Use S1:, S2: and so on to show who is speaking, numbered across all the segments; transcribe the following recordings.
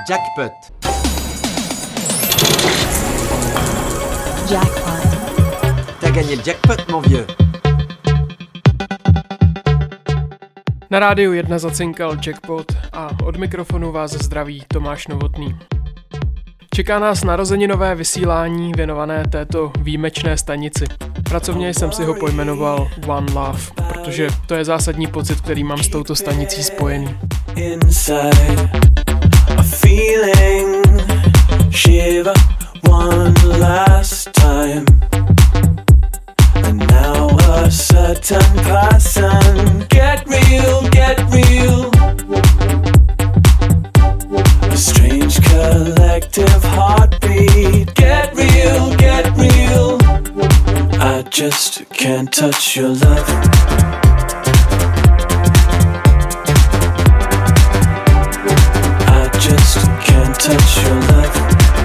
S1: Jackpot.
S2: Jackpot.
S1: T'as gagné le jackpot, mon vieux.
S3: Na rádiu 1 zacinkal Jackpot a od mikrofonu vás zdraví Tomáš Novotný. Čeká nás narozeninové vysílání věnované této výjimečné stanici. Pracovně jsem si ho pojmenoval One Love, protože to je zásadní pocit, který mám s touto stanicí spojený.
S4: Inside a feeling, shiver one last time, and now a certain person, get real, a strange collective heartbeat, get real, I just can't touch your love. Touch your love.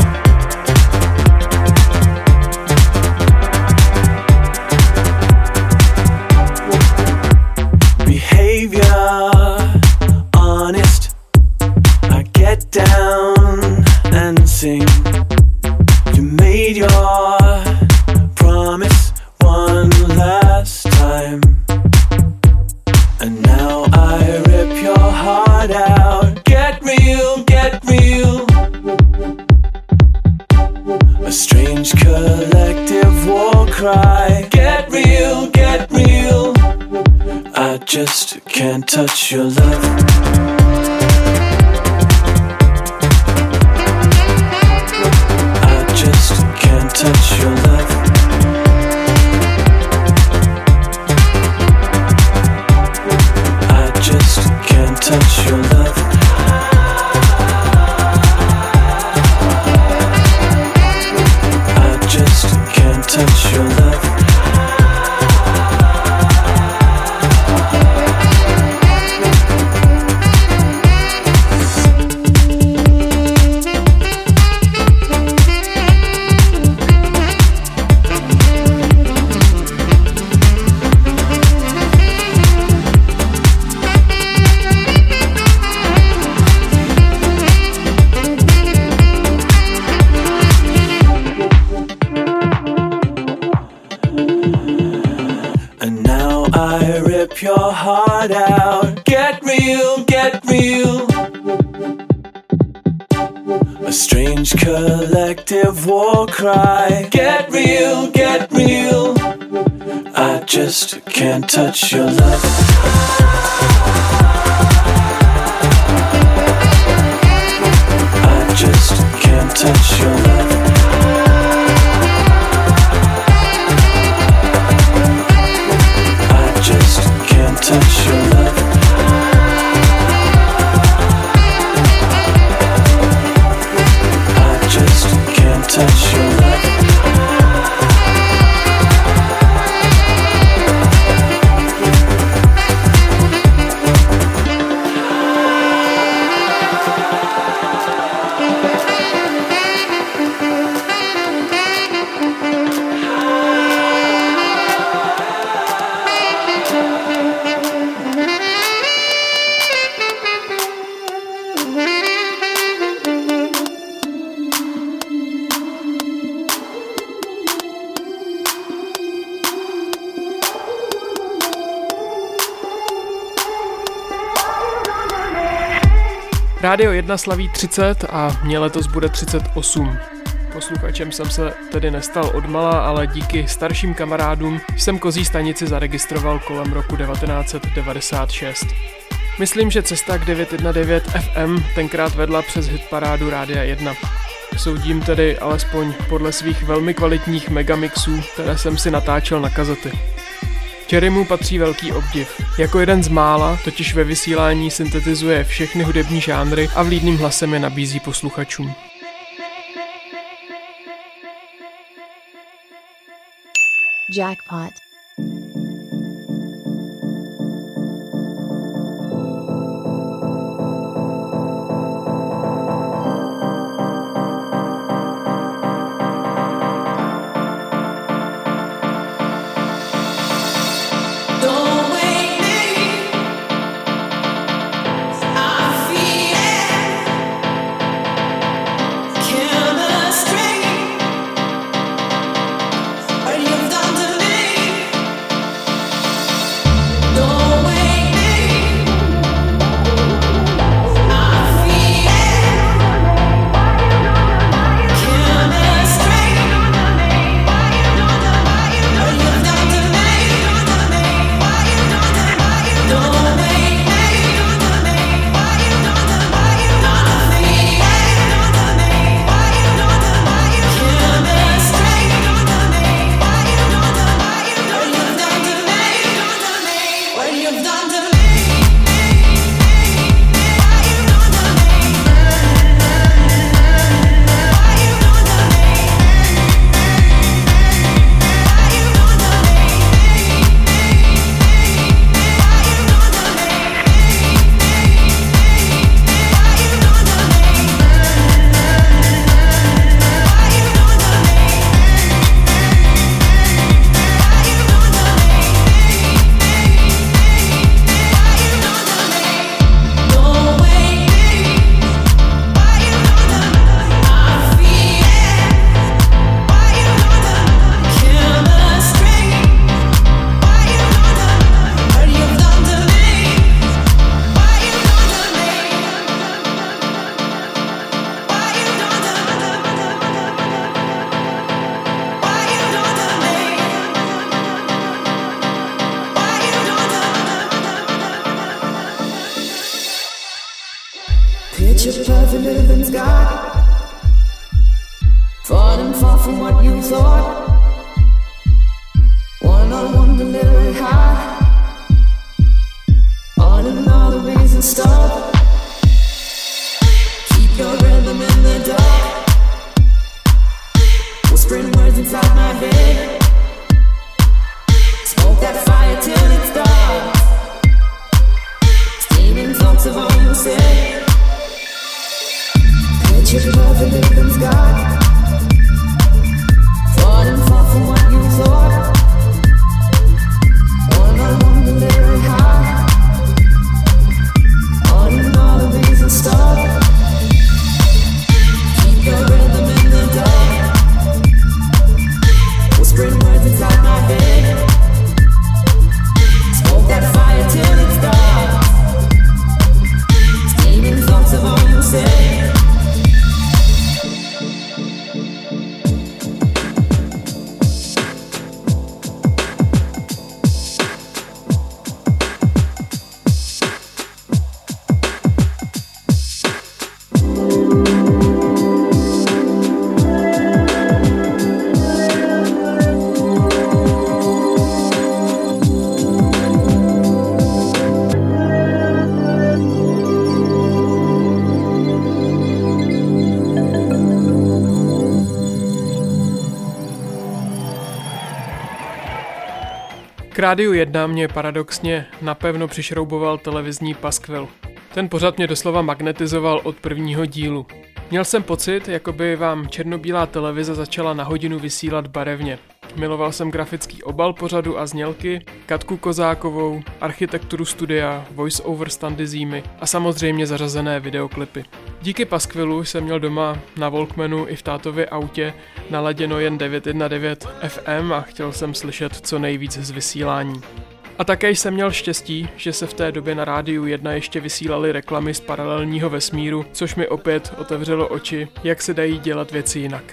S4: Behavior honest, I get down and sing. You made your promise one last time, and now I rip your heart out. Get real, a strange collective war cry. Get real, I just can't touch your love. I just can't touch your love. I just can't touch your love. Touch your love. Your heart out. Get real, a strange collective war cry. Get real, I just can't touch your love. I just can't touch your love. Touch your love. I just can't touch your love.
S3: Rádio 1 slaví 30 a mě letos bude 38. Posluchačem jsem se tedy nestal odmala, ale díky starším kamarádům jsem Kozí stanici zaregistroval kolem roku 1996. Myslím, že cesta k 919 FM tenkrát vedla přes hitparádu Rádia 1. Soudím tedy alespoň podle svých velmi kvalitních megamixů, které jsem si natáčel na kazety. Cherrymu patří velký obdiv. Jako jeden z mála totiž ve vysílání syntetizuje všechny hudební žánry a vlídným hlasem je nabízí posluchačům.
S2: Jackpot.
S5: Picture perfect living sky. Falling far from what you thought. One-on-one delivery high. On another reason stop. Keep your rhythm in the dark. Whispering words inside my head. Smoke that fire till it's dark. Steaming thoughts of all you said. Picture perfect living sky. Falling far from what you thought. One-on-one delivery high. On another reason stop. Keep your rhythm in the dark. Whispering words inside my head. Smoke that fire till it's dark. Steaming thoughts of all you said.
S3: K Rádiu 1 mě paradoxně napevno přišrouboval televizní paskvil. Ten pořad mě doslova magnetizoval od prvního dílu. Měl jsem pocit, jako by vám černobílá televize začala na hodinu vysílat barevně. Miloval jsem grafický obal pořadu a znělky, Katku Kozákovou, architekturu studia, voice-over standy Zímy a samozřejmě zařazené videoklipy. Díky paskvilu jsem měl doma na Walkmanu i v tátově autě naladěno jen 919 FM a chtěl jsem slyšet co nejvíc z vysílání. A také jsem měl štěstí, že se v té době na Rádiu 1 ještě vysílaly reklamy z paralelního vesmíru, což mi opět otevřelo oči, jak se dají dělat věci jinak.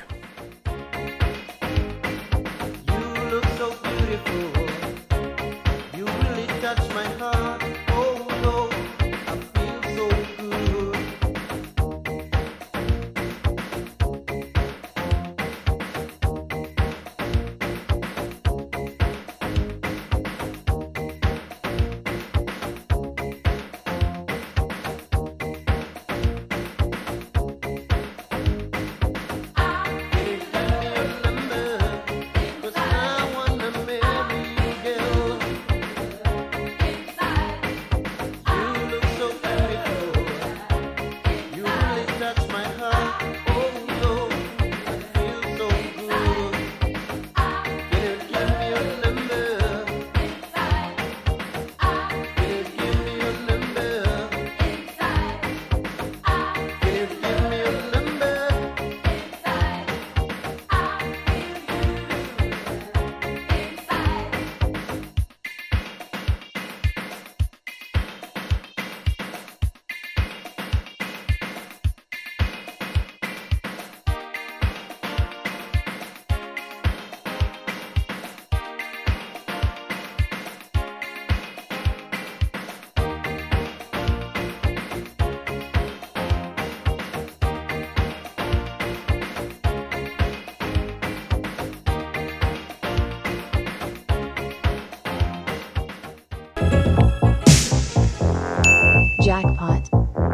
S2: Jackpot.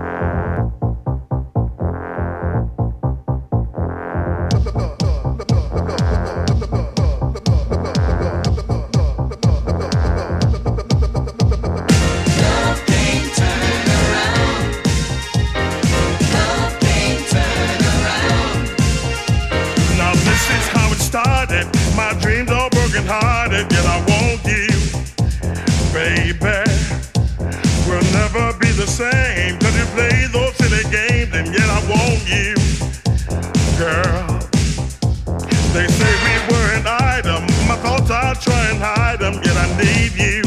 S6: My dreams are broken hearted, yet I want you, baby. We'll never be the same, cause you play those silly games, and yet I want you, girl. They say we were an item, my thoughts I try and hide them, yet I need you.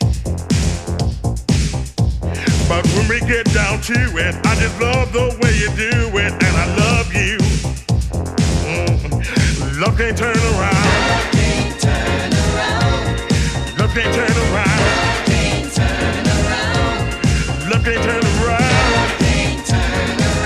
S6: But when we get down to it, I just love the way you do it, and I love you. Love can't turn around. Love can't turn around. Love can't turn around. Love can't turn around. Love can't turn around. Love can't turn around.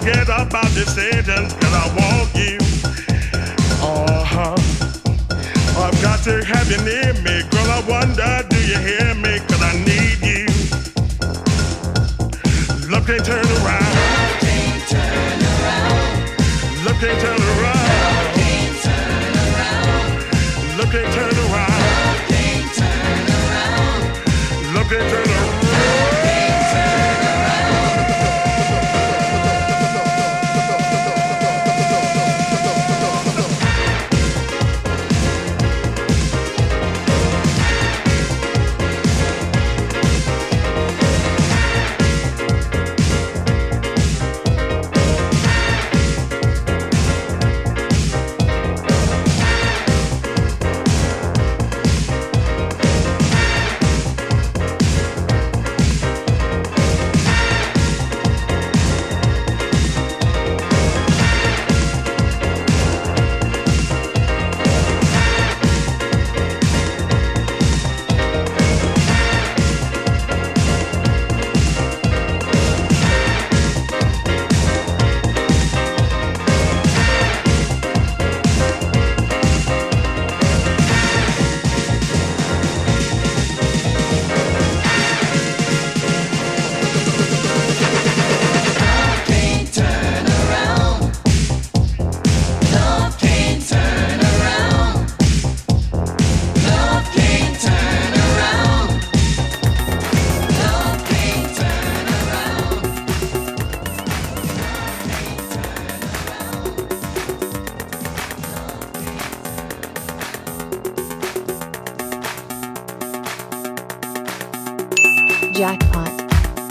S6: forget about decisions, cause I want you. I've got to have you near me, girl, I wonder, do you hear me, cause I need you. Love can't turn around. Love can't turn around. Love can't turn around. Love can't turn around. Love can't turn around. Love can't turn around. Love can't turn around.
S2: Jackpot.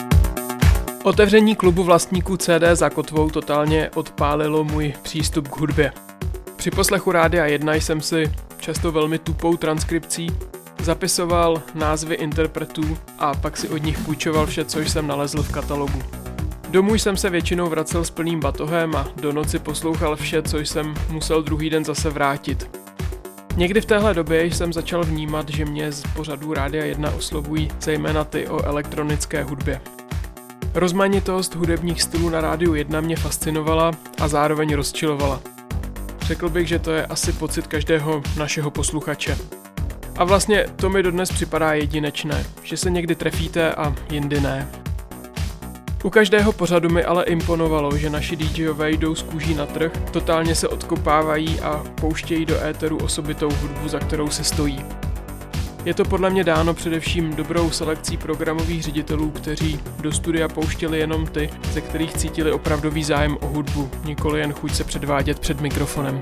S3: Otevření klubu vlastníků CD za kotvou totálně odpálilo můj přístup k hudbě. Při poslechu Rádia 1 jsem si, často velmi tupou transkripcí, zapisoval názvy interpretů a pak si od nich půjčoval vše, co jsem nalezl v katalogu. Domů jsem se většinou vracel s plným batohem a do noci poslouchal vše, co jsem musel druhý den zase vrátit. Někdy v téhle době jsem začal vnímat, že mě z pořadů Rádia 1 oslovují zejména ty o elektronické hudbě. Rozmanitost hudebních stylů na Rádiu 1 mě fascinovala a zároveň rozčilovala. Řekl bych, že to je asi pocit každého našeho posluchače. A vlastně to mi dodnes připadá jedinečné, že se někdy trefíte a jindy ne. U každého pořadu mi ale imponovalo, že naši DJové jdou z kůží na trh, totálně se odkopávají a pouštějí do éteru osobitou hudbu, za kterou se stojí. Je to podle mě dáno především dobrou selekcí programových ředitelů, kteří do studia pouštěli jenom ty, ze kterých cítili opravdový zájem o hudbu, nikoli jen chuť se předvádět před mikrofonem.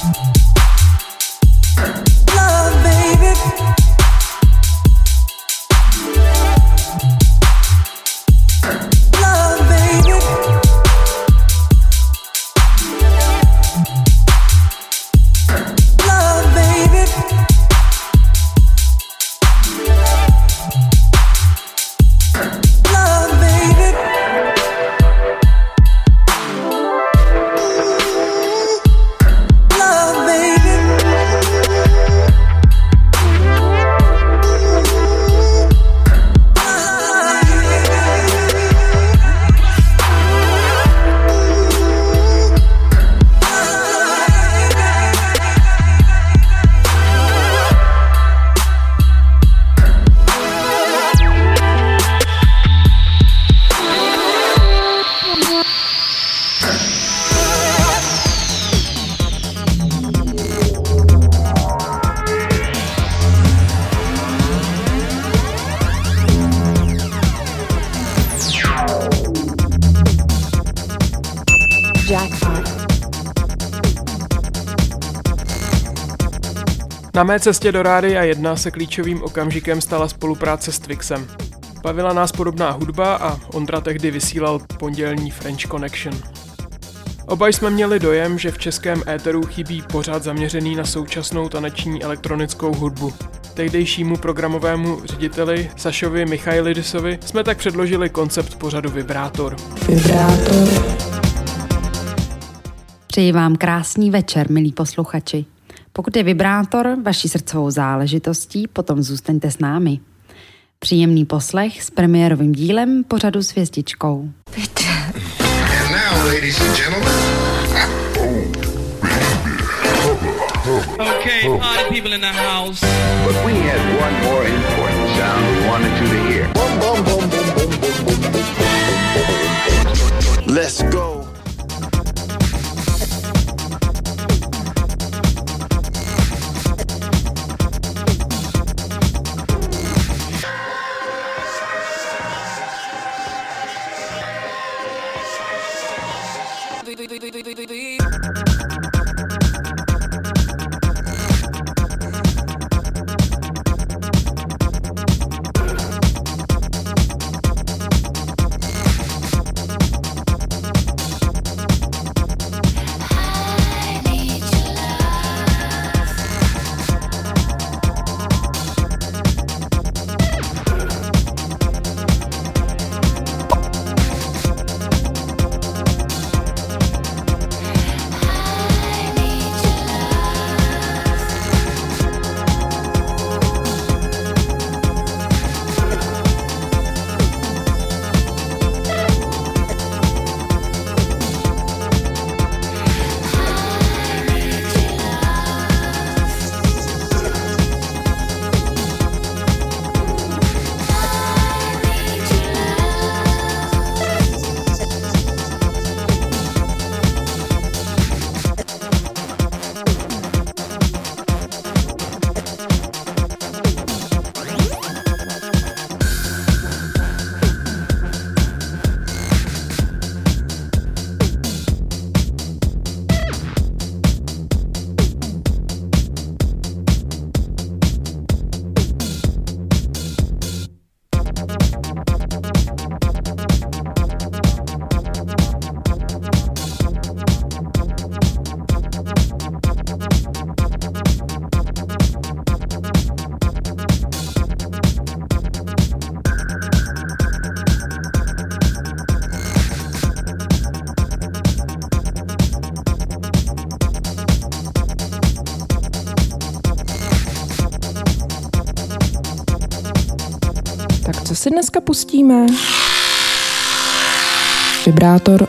S5: Love, baby. Love, baby. Love, baby. Love, baby. Love, baby.
S2: Jackpot.
S3: Na mé cestě do Rádia 1 se klíčovým okamžikem stala spolupráce s Twixem. Bavila nás podobná hudba a Ondra tehdy vysílal pondělní French Connection. Oba jsme měli dojem, že v českém éteru chybí pořad zaměřený na současnou taneční elektronickou hudbu. Tehdejšímu programovému řediteli Sašovi Michailidisovi jsme tak předložili koncept pořadu Vibrátor.
S7: Přeji vám krásný večer, milí posluchači. Pokud je Vibrátor vaší srdcovou záležitostí, potom zůstaňte s námi. Příjemný poslech s premiérovým dílem pořadu s hvězdičkou.
S8: And now, ladies and gentlemen.
S9: Okay, party people in the house.
S10: But we had one more important sound we wanted you to hear.
S8: Let's go.
S11: Tak co si dneska pustíme? Vibrátor.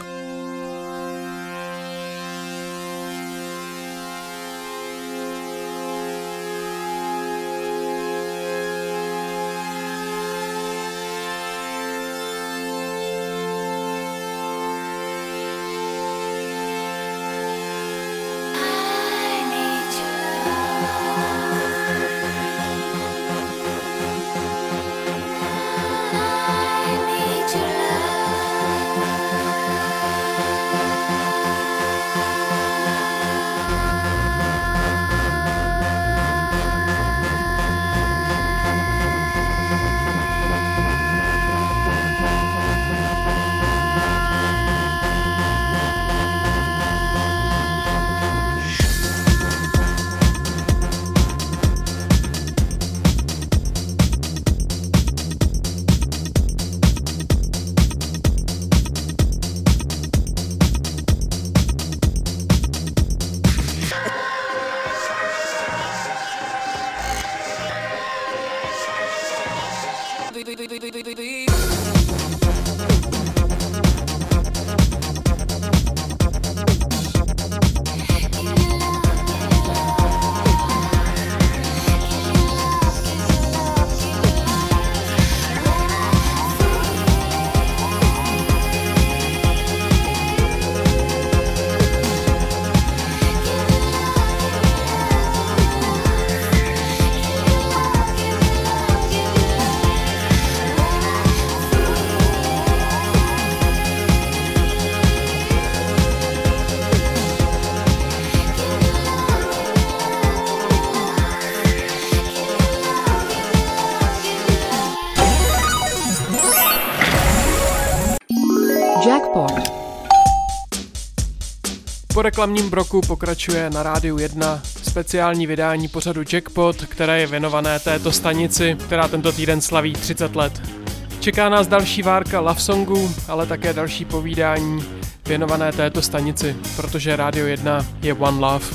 S3: reklamním bloku pokračuje na Rádiu 1 speciální vydání pořadu Jackpot, které je věnované této stanici, která tento týden slaví 30 let. Čeká nás další várka love songů, ale také další povídání věnované této stanici, protože Rádio 1 je One Love.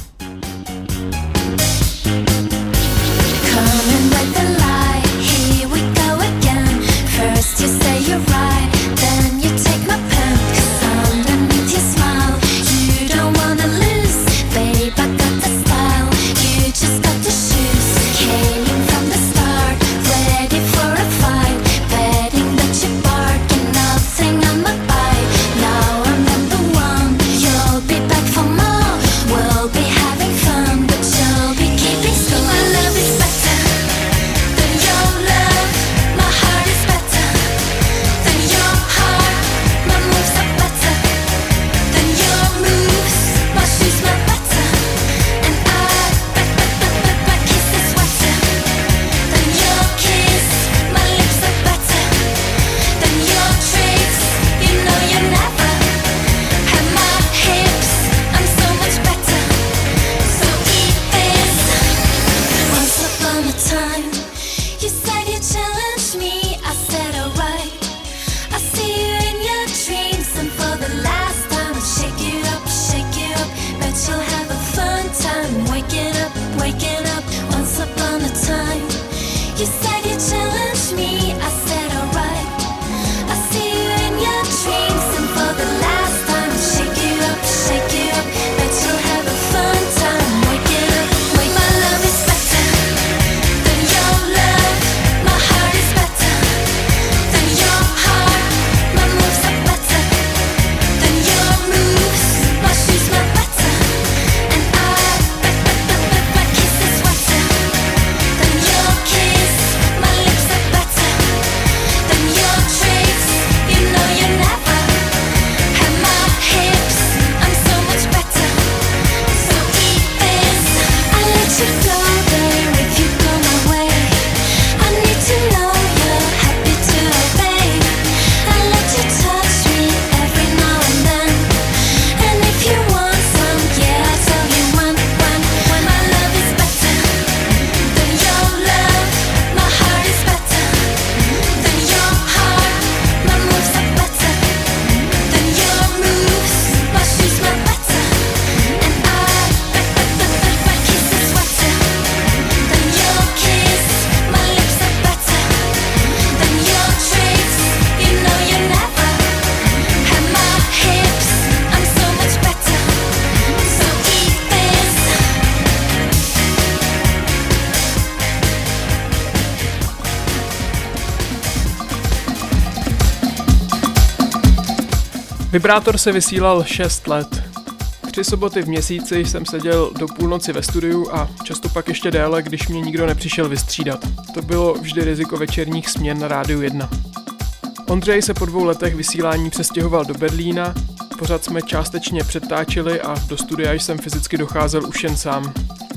S3: Vibrátor se vysílal 6 let. 3 soboty v měsíci jsem seděl do půlnoci ve studiu a často pak ještě déle, když mě nikdo nepřišel vystřídat. To bylo vždy riziko večerních směn na Rádiu 1. Ondřej se po 2 letech vysílání přestěhoval do Berlína, pořád jsme částečně přetáčeli a do studia jsem fyzicky docházel už jen sám.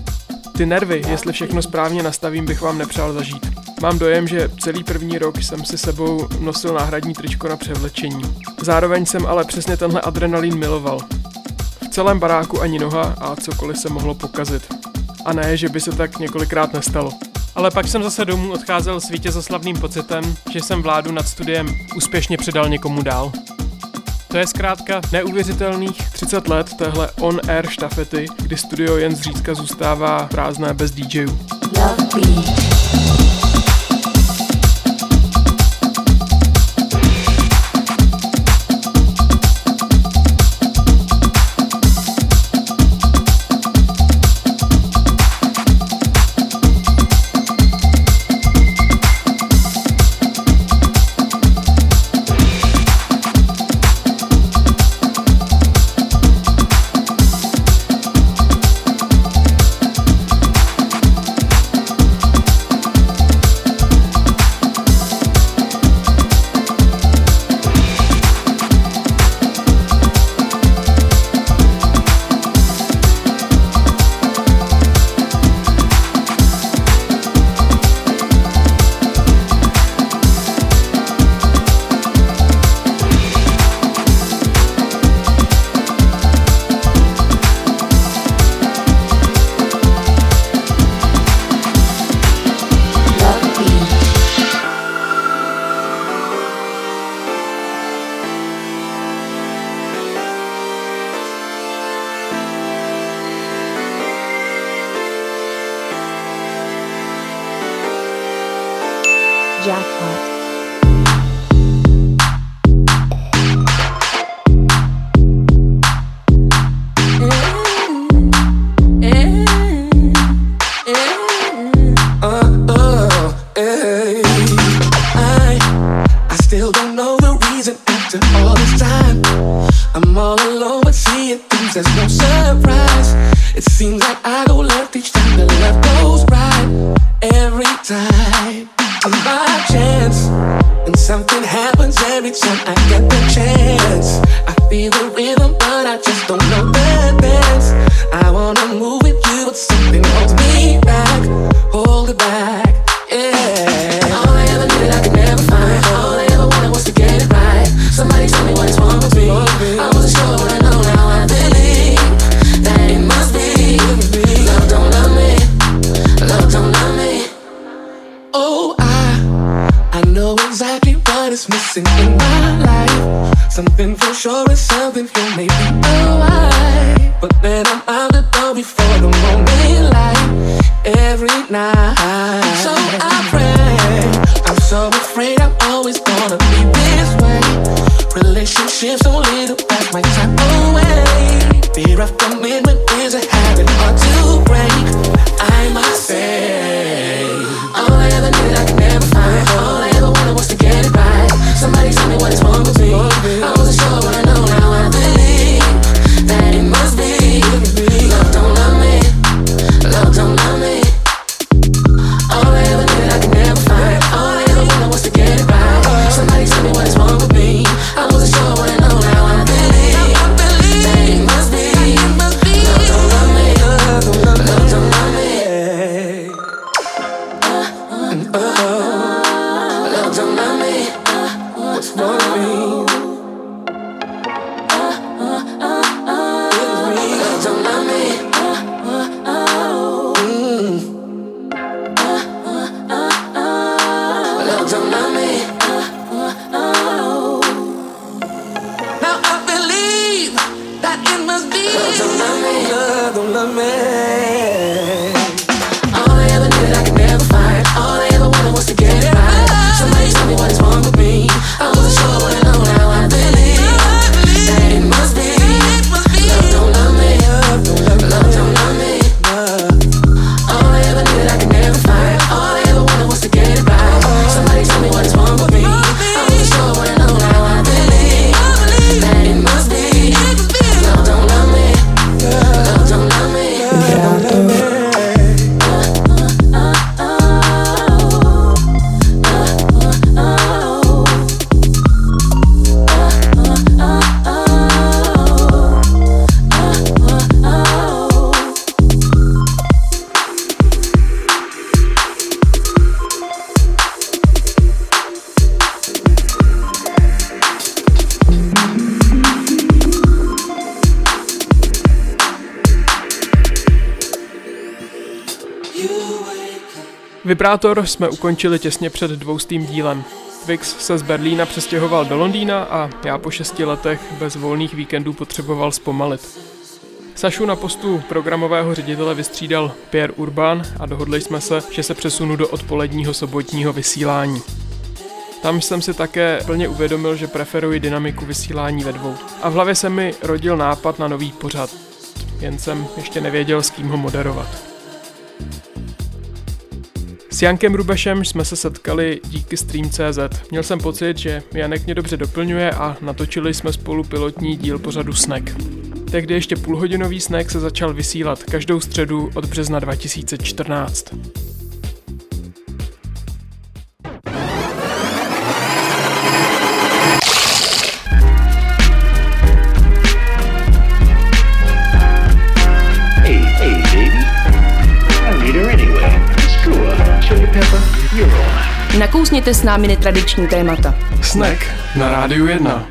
S3: Ty nervy, jestli všechno správně nastavím, bych vám nepřál zažít. Mám dojem, že celý první rok jsem si sebou nosil náhradní tričko na převlečení. Zároveň jsem ale přesně tenhle adrenalin miloval. V celém baráku ani noha a cokoliv se mohlo pokazit. A ne, že by se tak několikrát nestalo. Ale pak jsem zase domů odcházel s vítězoslavným pocitem, že jsem vládu nad studiem úspěšně předal někomu dál. To je zkrátka neuvěřitelných 30 let téhle on-air štafety, kdy studio jen zřídka zůstává prázdné bez DJů.
S2: Jackpot.
S5: I'm all alone, but seeing things, there's no surprise. It seems like I go left each time the left goes right. Every time it's my chance, and something happens every time I get the chance. I feel the rhythm, but I just don't know the dance. I wanna move with you, but something holds me back. Hold it back, yeah. All I ever needed I could never find. All I ever wanted was to get it right. Somebody tell me what is wrong with me. I wasn't sure, but I know now I believe that it must be. Love don't love me. Love don't love me. Oh, I know exactly what is missing in my life. Something for sure and something for maybe a while. But then I'm out the door before the morning light. Every night. So I pray. I'm so afraid I'm always gonna be this way. Relationships only to pass my time away. Fear of commitment is a habit hard to break. I must say, all I ever needed I could never find. All I ever wanted was to get it right. Somebody tell me what is wrong with me. I wasn't sure, but I know now I believe that it must be. Love don't love me. Love don't love me. All I ever needed I could never find. All I ever wanted was to get it right. Somebody tell me what is wrong with me. I wasn't sure, but I know now I believe that it must be. Love don't love me. Love don't love me. Love don't love me. What's wrong with me? Love don't love me. Love don't love me. Now I believe that it must be. Love don't love me. Love don't love me. All I ever needed I could never find. All I ever wanted was to get it right. Somebody tell me what is wrong with me. I wasn't sure, but I know now I believe that it must be. Love don't love me. Love don't love me. All I ever needed I could never find. All I ever wanted was to get it right. Somebody tell me what is wrong with me. I wasn't sure, but I know now I believe that it must be. Love don't love me. Love don't love me.
S3: Vibrátor jsme ukončili těsně před 200. dílem. Twix se z Berlína přestěhoval do Londýna a já po 6 letech bez volných víkendů potřeboval zpomalit. Sašu na postu programového ředitele vystřídal Pierre Urban a dohodli jsme se, že se přesunu do odpoledního sobotního vysílání. Tam jsem si také plně uvědomil, že preferuji dynamiku vysílání ve dvou. A v hlavě se mi rodil nápad na nový pořad. Jen jsem ještě nevěděl, s kým ho moderovat. S Jankem Rubešem jsme se setkali díky Stream.cz. Měl jsem pocit, že Janek mě dobře doplňuje a natočili jsme spolu pilotní díl pořadu Snack. Tehdy ještě půlhodinový Snack se začal vysílat každou středu od března 2014.
S11: Nakousněte s námi netradiční témata.
S3: Snack na Rádiu 1.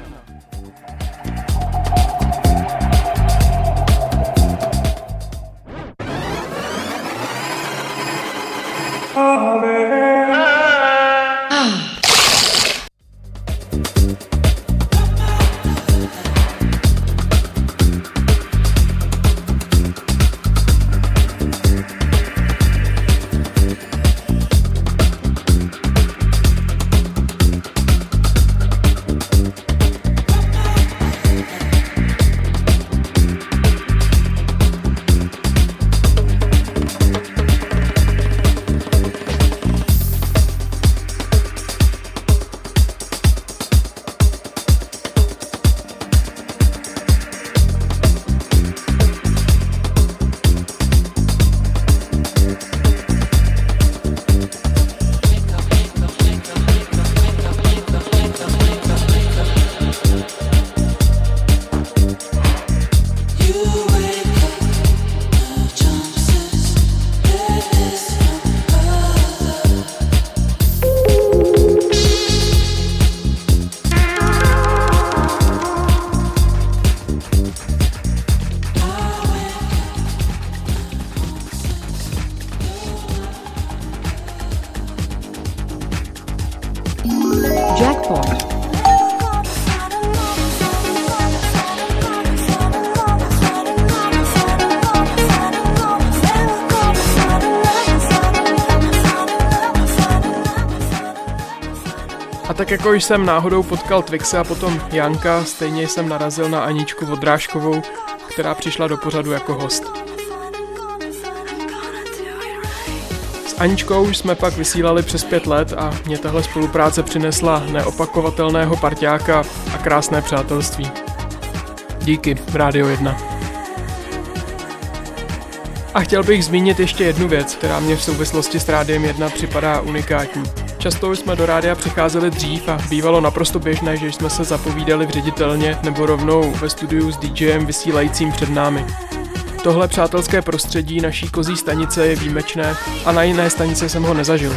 S11: Report.
S3: A tak jako jsem náhodou potkal Twixe a potom Janka, stejně jsem narazil na Aničku Vodrážkovou, která přišla do pořadu jako host. S Aničkou jsme pak vysílali přes 5 let a mě tahle spolupráce přinesla neopakovatelného parťáka a krásné přátelství. Díky, Radio 1. A chtěl bych zmínit ještě jednu věc, která mě v souvislosti s Rádiem 1 připadá unikátní. Často jsme do rádia přicházeli dřív a bývalo naprosto běžné, že jsme se zapovídali v ředitelně nebo rovnou ve studiu s DJem vysílajícím před námi. Tohle přátelské prostředí naší kozí stanice je výjimečné a na jiné stanici jsem ho nezažil.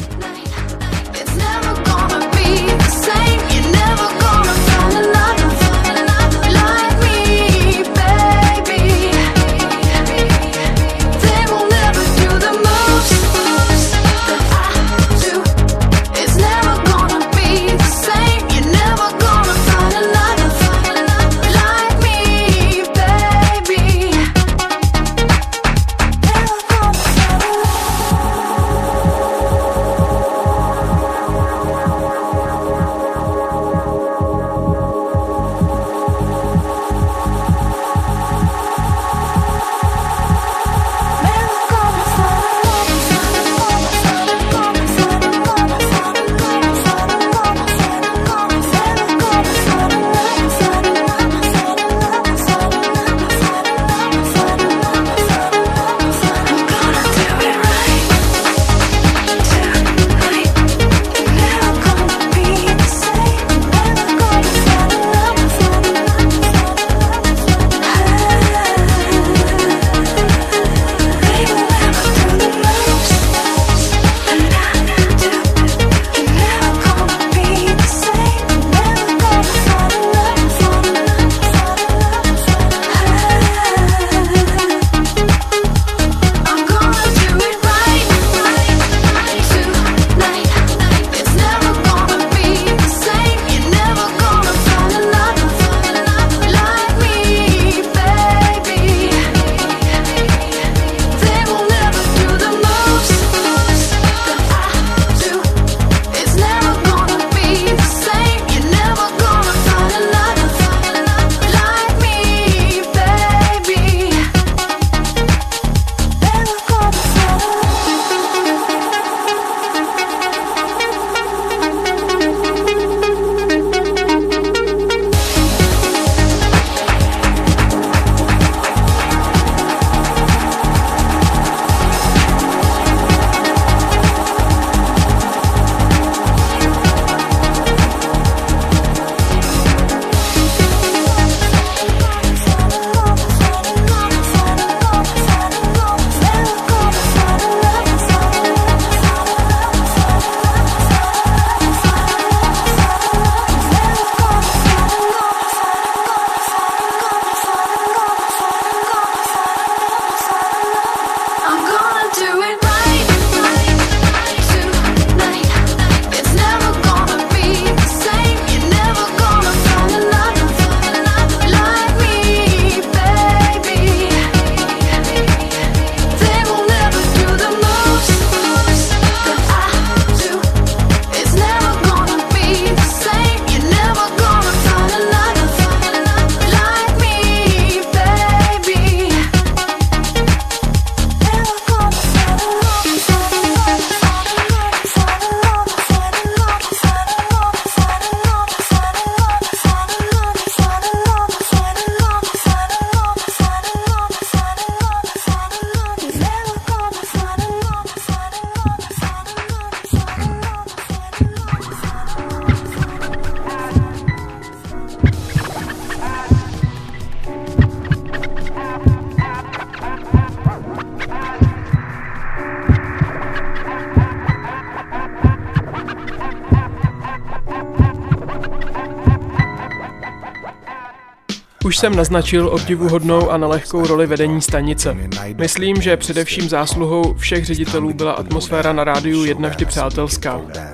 S3: Už jsem naznačil obdivuhodnou a nelehkou roli vedení stanice. Myslím, že především zásluhou všech ředitelů byla atmosféra na Rádiu 1 vždy přátelská.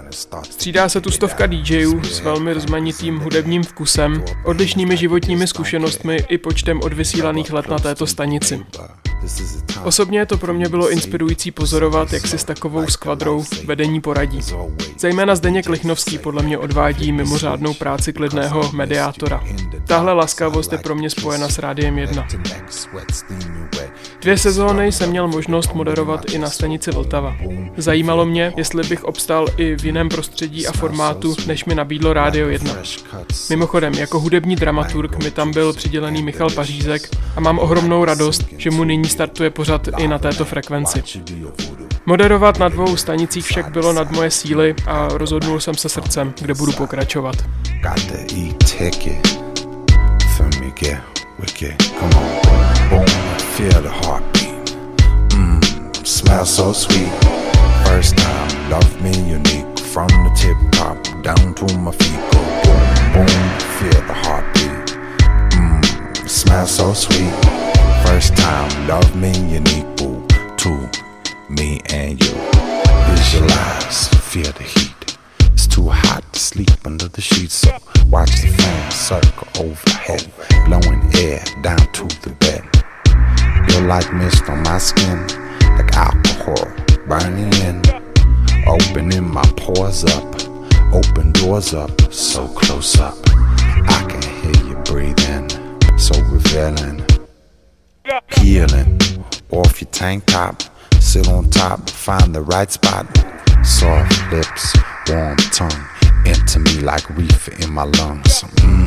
S3: Střídá se tu stovka DJů s velmi rozmanitým hudebním vkusem, odlišnými životními zkušenostmi i počtem odvysílaných let na této stanici. Osobně to pro mě bylo inspirující pozorovat, jak si s takovou skvadrou vedení poradí. Zejména Zdeněk Lichnovský podle mě odvádí mimořádnou práci klidného mediátora. Tahle laskavost je pro mě spojena s Rádiem 1. 2 sezóny jsem měl možnost moderovat i na stanici Vltava. Zajímalo mě, jestli bych obstál i v jiném prostředí a formátu, než mi nabídlo Rádio 1. Mimochodem, jako hudební dramaturg mi tam byl přidělený Michal Pařízek a mám ohromnou radost, že mu nyní startuje pořad i na této frekvenci. Moderovat na 2 stanicích však bylo nad moje síly a rozhodnul jsem se srdcem, kde budu pokračovat.
S12: Smell so sweet. First time, love me unique. From the tip top down to my feet. Go boom, boom, feel the heartbeat. Smell so sweet. First time, love me unique. Boo, to me and you. Visualize, feel the heat. It's too hot to sleep under the sheets, so watch the fan circle overhead, blowing air down to the bed. You're like mist on my skin, like alcohol burning in, opening my pores up, open doors up, so close up, I can hear you breathing, so revealing, healing, off your tank top, sit on top, find the right spot, soft lips, warm tongue, into me like reefer in my lungs,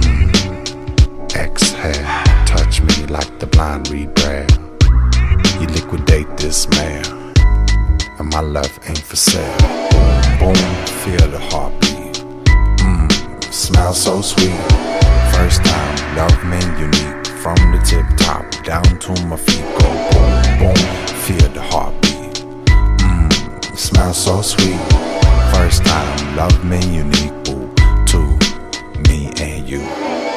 S12: exhale, touch me like the blind reed braille. You liquidate this man, and my love ain't for sale. Boom, boom, feel the heartbeat. Smell so sweet. First time, love me unique. From the tip top down to my feet. Go boom, boom, feel the heartbeat. Smell so sweet. First time, love me unique. Boo, to me and you.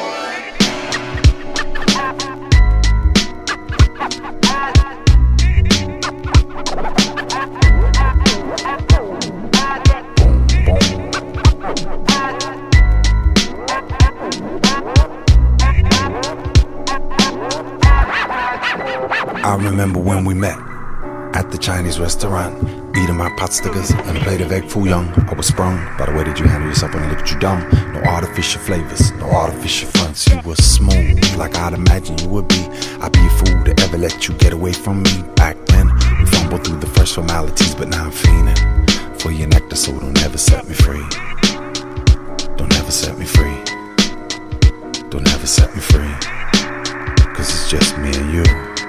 S12: I remember when we met at the Chinese restaurant, eating my pot stickers and a plate of egg foo young. I was sprung by the way that you handle yourself when I looked at you dumb. No artificial flavors, no artificial fronts. You were smooth like I'd imagine you would be. I'd be a fool to ever let you get away from me. Back then, we fumbled through the first formalities, but now I'm fiending for your nectar, so don't ever set me free. Don't ever set me free. Don't ever set me free. 'Cause it's just me and you.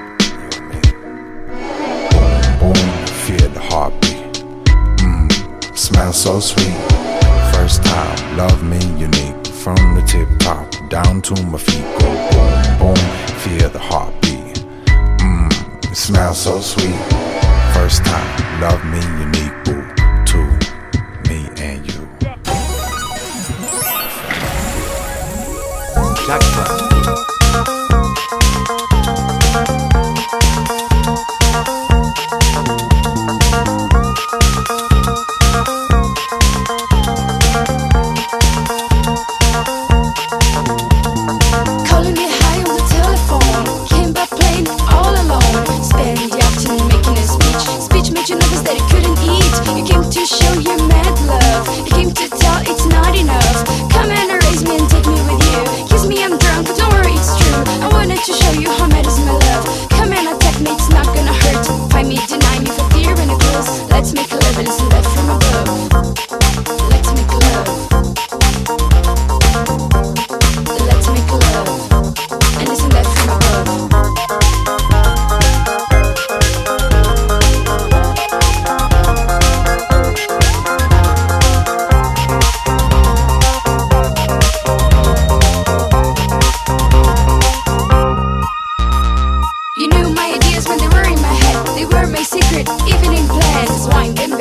S12: Boom, feel the heartbeat. Smell so sweet. First time, love me unique. From the tip top down to my feet. Go boom, boom, feel the heartbeat. Smell so sweet. First time, love me unique. Boo, to me and you.
S1: Jackpot.
S5: You knew my ideas when they were in my head. They were my secret, even in plans. Wind them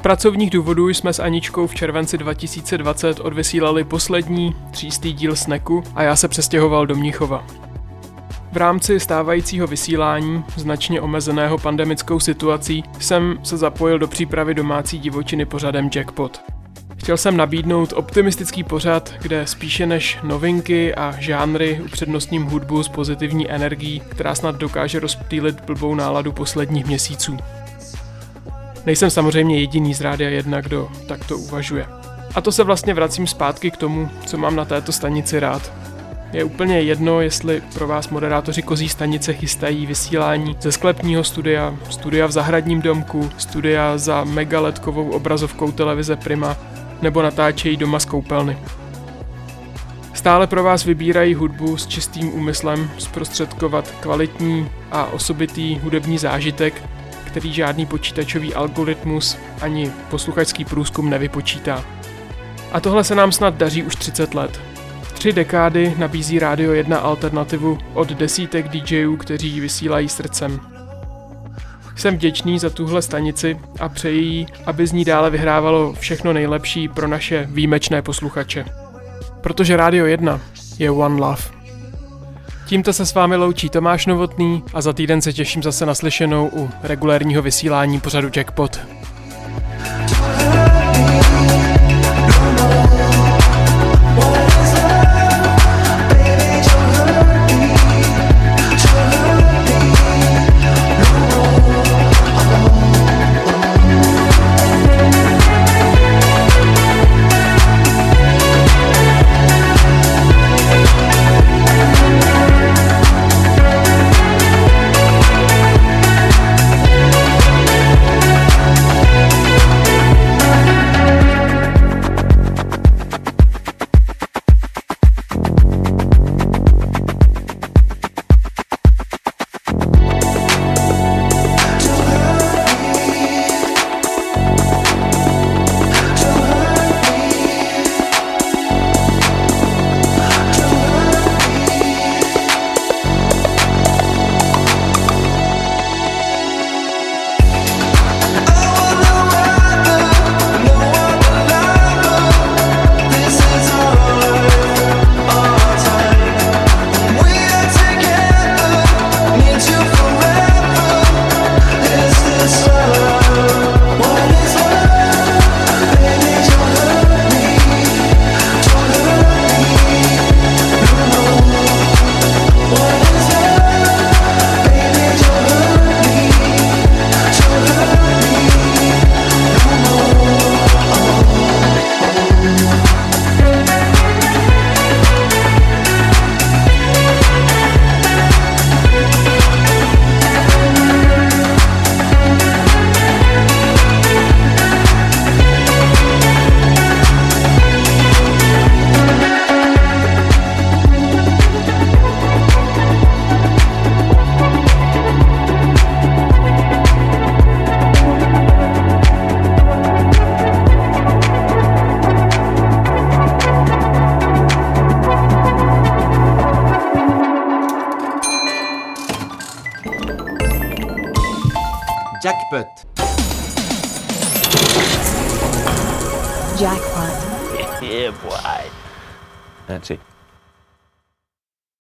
S3: pracovních důvodů jsme s Aničkou v červenci 2020 odvysílali poslední 3. díl Sneku a já se přestěhoval do Mnichova. V rámci stávajícího vysílání, značně omezeného pandemickou situací, jsem se zapojil do přípravy domácí divočiny pořadem Jackpot. Chtěl jsem nabídnout optimistický pořad, kde spíše než novinky a žánry upřednostním hudbu s pozitivní energií, která snad dokáže rozptýlit blbou náladu posledních měsíců. Nejsem samozřejmě jediný z Rádia 1, kdo takto uvažuje. A to se vlastně vracím zpátky k tomu, co mám na této stanici rád. Je úplně jedno, jestli pro vás moderátoři Kozí stanice chystají vysílání ze sklepního studia, studia v zahradním domku, studia za megaletkovou obrazovkou televize Prima, nebo natáčejí doma z koupelny. Stále pro vás vybírají hudbu s čistým úmyslem zprostředkovat kvalitní a osobitý hudební zážitek, který žádný počítačový algoritmus ani posluchačský průzkum nevypočítá. A tohle se nám snad daří už 30 let. 3 dekády nabízí Rádio 1 alternativu od desítek DJů, kteří vysílají srdcem. Jsem vděčný za tuhle stanici a přeji jí, aby z ní dále vyhrávalo všechno nejlepší pro naše výjimečné posluchače. Protože Rádio 1 je One Love. Tímto se s vámi loučí Tomáš Novotný a za týden se těším zase na slyšenou u regulérního vysílání pořadu Jackpot.
S1: Jackpot.
S2: Jackpot.
S10: Yeah, boy. That's it.